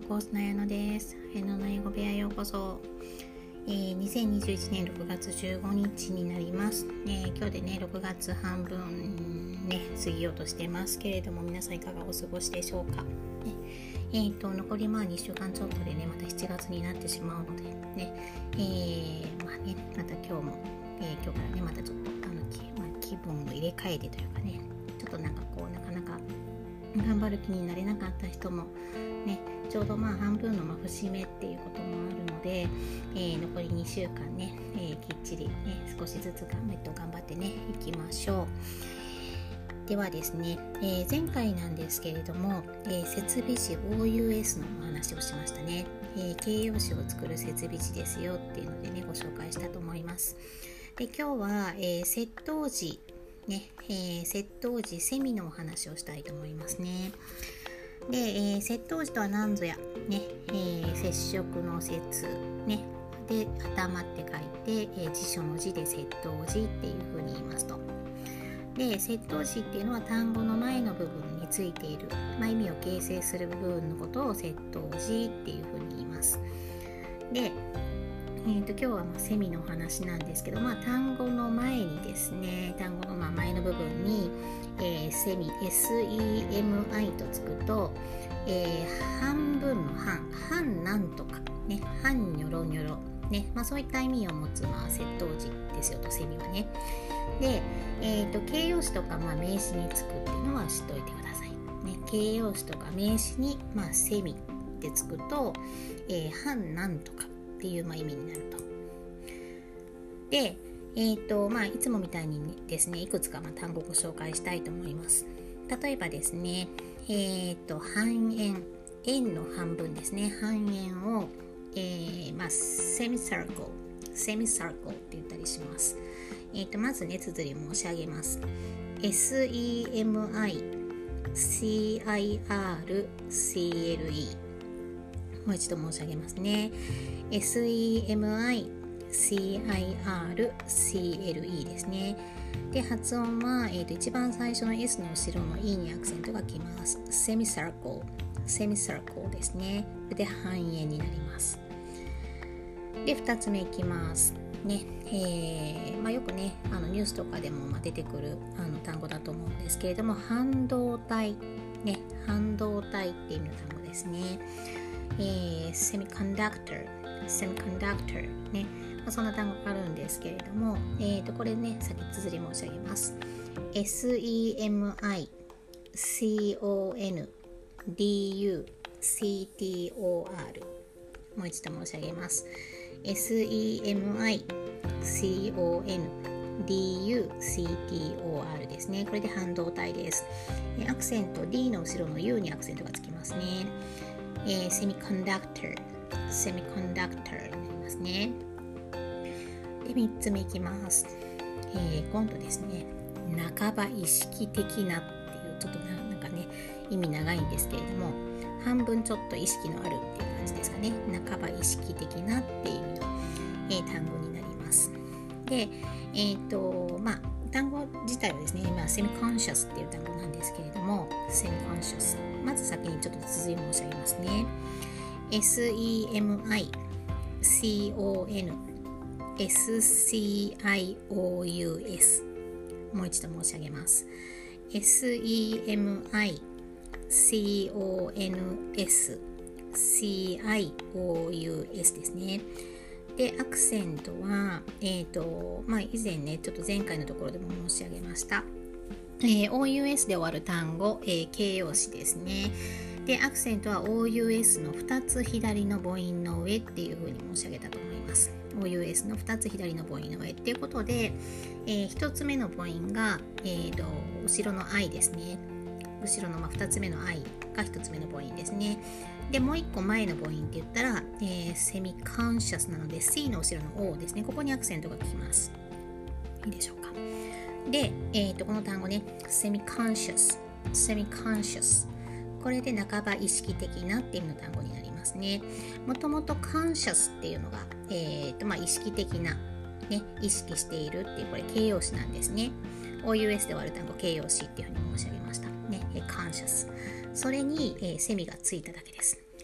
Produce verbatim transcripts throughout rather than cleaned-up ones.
コースの綾乃です。綾乃の英語部屋へようこそ。えー、にせんにじゅういちねんろくがつじゅうごにちになります、えー、今日でねろくがつ半分ね過ぎようとしてますけれども、皆さんいかがお過ごしでしょうか。ねえー、と残りまあにしゅうかんちょっとでねまたしちがつになってしまうのでね、えー、まあねまた今日も、えー、今日からねまたちょっとあの気、まあ、気分を入れ替えてというかね、ちょっとなんかこうなかなか頑張る気になれなかった人もね、ちょうどまあ半分のまあ節目っていうこともあるので、えー、残りにしゅうかんね、えー、きっちりね少しずつ頑張って頑張ってねいきましょう。ではですね、えー、前回なんですけれども、えー、設備詞 オーユーエス のお話をしましたね、えー、形容詞を作る設備詞ですよっていうのでねご紹介したと思います。で今日は、えー、接頭詞ね、えー、接頭詞セミのお話をしたいと思いますね。で、えー、接頭詞とは何ぞや、ねえー、接触の接、ね、で頭って書いて、えー、辞書の字で接頭詞っていうふうに言いますと。で接頭詞っていうのは単語の前の部分についている、まあ、意味を形成する部分のことを接頭詞っていうふうに言います。でえー、と今日はまあセミのお話なんですけど、まあ、単語の前にですね単語のまあ前の部分に、えー、セミ エスイーエムアイ とつくと、えー、半分の半半なんとか、ね、半ニョロニョロ、ねまあ、そういった意味を持つ、まあ、接頭詞ですよとセミはね。で、えー、と形容詞とか、まあ、名詞につくっていうのは知っておいてください、ね、形容詞とか名詞に、まあ、セミってつくと、えー、半なんとかっていう、まあ、意味になると。で、えーとまあ、いつもみたいにですねいくつかまあ単語をご紹介したいと思います。例えばですね、えーと半円、円の半分ですね、半円を、えーまあ、セミサークルセミサークルって言ったりします。えーとまずね綴り申し上げます。 エスイーエムアイシーアイアールシーエルイー、 もう一度申し上げますね。 エスイーエムアイシーアイアールシーエルイー ですね。で発音は、えー、と一番最初の S の後ろの E にアクセントがきます。セミサークルセミサークルですね。で半円になります。でふたつめいきますね。えーまあ、よくねあのニュースとかでもまあ出てくるあの単語だと思うんですけれども、半導体ね半導体っていう意味の単語ですね。えー、セミコンダクターセミコンダクターね、まあ、そんな単語があるんですけれども、えー、とこれね先綴り申し上げます。 エスイーエムアイシーオーエヌディーユーシーティーオーアール、 もう一度申し上げます。 エスイーエムアイシーオーエヌディーユーシーティーオーアール ですね。これで半導体です。アクセント D の後ろの U にアクセントがつきますね。えー、セミコンダクターセミコンダクターになりますね。でみっつめいきます。えー、今度ですね半ば意識的なっていうちょっと な, なんかね意味長いんですけれども、半分ちょっと意識のあるっていう感じですかね。半ば意識的なっていう意味の、えー、単語になります。でえっ、ー、とまあ単語自体はですね、まあ、セミコンシャスっていう単語なんですけれども、セミコンシャス、まず先にちょっと綴り申し上げますね。 エスイーエムアイシーオーエヌエスシーアイオーユーエス、 もう一度申し上げます。 エスイーエムアイシーオーエヌエスシーアイオーユーエス ですね。でアクセントは、えーとまあ、以前ねちょっと前回のところでも申し上げました、えー、オーユーエス で終わる単語、えー、形容詞ですね。でアクセントは オーユーエス のふたつ左の母音の上っていうふうに申し上げたと思います。 オーユーエス のふたつ左の母音の上っていうことで、えー、ひとつめの母音が、えーと後ろの I ですね。後ろのまあふたつめの I がひとつめの母音ですね。でもういっこまえの母音って言ったら、えー、セミコンシャスなので C の後ろの O ですね。ここにアクセントがきます。いいでしょうか。で、えー、とこの単語ねセミコンシャスセミコンシャス、これで半ば意識的なっていう意味の単語になりますね。もともとコンシャスっていうのが、えーとまあ、意識的な、ね、意識しているっていうこれ形容詞なんですね。オーユーエス で終わる単語形容詞っていうふうに申し上げましたね。コンシャス、それに、えー、セミがついただけです。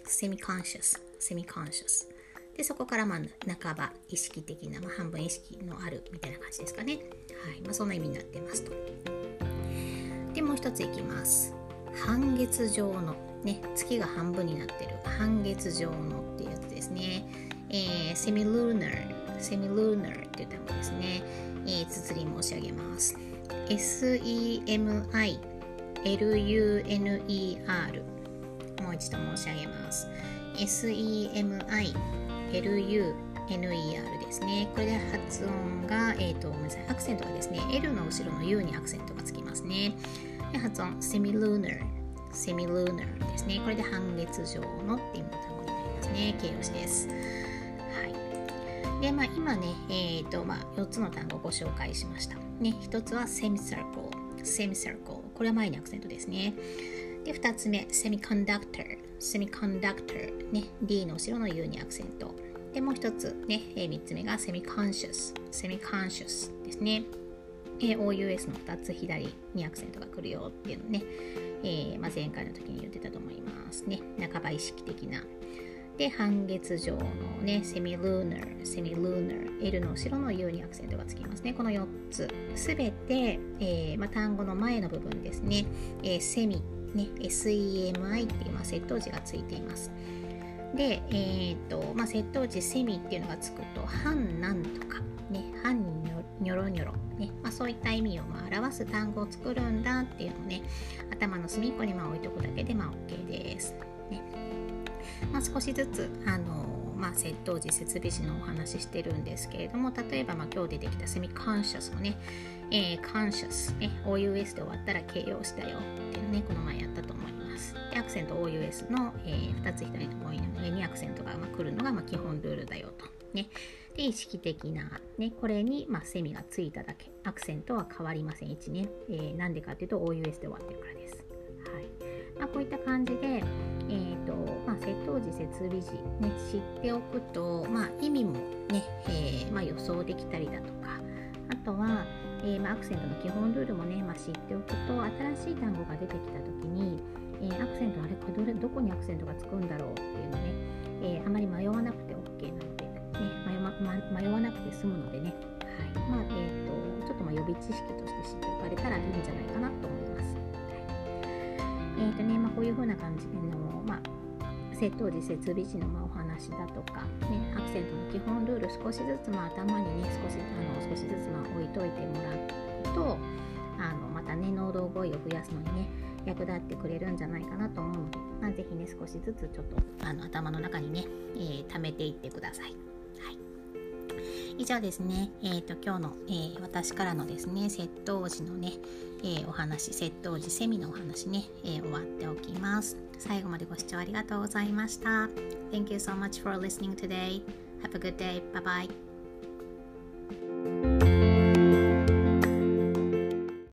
semi-conscious semi-conscious で、そこからまあ半ば意識的な、まあ、半分意識のあるみたいな感じですかね。はい、まあ、そんな意味になってますと。で、もう一ついきます。半月状のね、月が半分になってる半月状のっていうやつですね。えー、semi-lunar semi-lunar っていう単語ですね。えー、綴り申し上げます。エスイーエムアイエルユーエヌイーアール もう一度申し上げます。エスイーエムアイエルユーエヌイーアール ですね。これで発音が、えーと、ごめんなさい、アクセントがですね、L の後ろの U にアクセントがつきますね。で、発音 semi-lunar semi-lunar ですね。これで半月状のっていう単語になりますね。形容詞です。はい。で、まあ今ね、えーと、まあよっつの単語をご紹介しました。ね、ひとつは semicircle semicircle これは前にアクセントですね。で、ふたつめ semiconductor semiconductor ね、D の後ろの U にアクセント。で、もう一つね、えー、みっつめが semi-conscious semi-conscious ですね。えー、オーユーエス のふたつ左にアクセントが来るよっていうのね、えーまあ、前回の時に言ってたと思いますね。半ば意識的な。で、半月状のね、semi-lunar semi-lunar L の後ろの U にアクセントがつきますね。このよっつすべて、えーまあ、単語の前の部分ですね、えー、semi ね、エスイーエムアイ っていう、まあ、接頭字がついています。で、えーとまあ、接頭字セミっていうのがつくと半なんとか、ね、半ニョロニョロ、ね、まあ、そういった意味をまあ表す単語を作るんだっていうのをね、頭の隅っこにまあ置いとくだけでまあ OK です。ね、まあ、少しずつあのまあ、接頭字設備詞のお話ししてるんですけれども、例えばまあ今日出てきたセミカンシャスもね、えー、カンシャス、ね、オーユーエス で終わったら形容詞だよっていうのね、この前やったと思います。で、アクセント オーユーエス の、えー、ふたつ左の母音の上にアクセントがまあ来るのがまあ基本ルールだよと。ね、で、意識的な、ね、これにまあセミがついただけ、アクセントは変わりません。いちね、えー、なんでかっていうと オーユーエス で終わってるからです。はい。まあ、こういった感じで、えーとまあ、接頭字設備字、ね、知っておくと、まあ、意味も、ねえーまあ、予想できたりだとか、あとは、えーまあ、アクセントの基本ルールも、ねまあ、知っておくと、新しい単語が出てきたときに、えー、アクセントあれこれどれどこにアクセントがつくんだろうっていうのね、えー、あまり迷わなくて OK なので、ね、迷, まま、迷わなくて済むのでね、はいまあえー、とちょっとまあ予備知識として知っておかれたらいいんじゃないかなと思います。えーとねまあ、こういう風な感じでの、まあ、接頭字設備字のまあお話だとか、ね、アクセントの基本ルール少しずつまあ頭にね少しあの少しずつまあ置いといてもらうと、あのまたね能動語彙を増やすのにね役立ってくれるんじゃないかなと思うので、まあ、ぜひね少しずつちょっとあの頭の中にね、えー、貯めていってください。はい、以上ですね、えーと、今日の、えー、私からのですね接頭字のね、えー、お話、接頭字セミのお話ね、えー、終わっておきます。最後までご視聴ありがとうございました。 Thank you so much for listening today. Have a good day. Bye bye.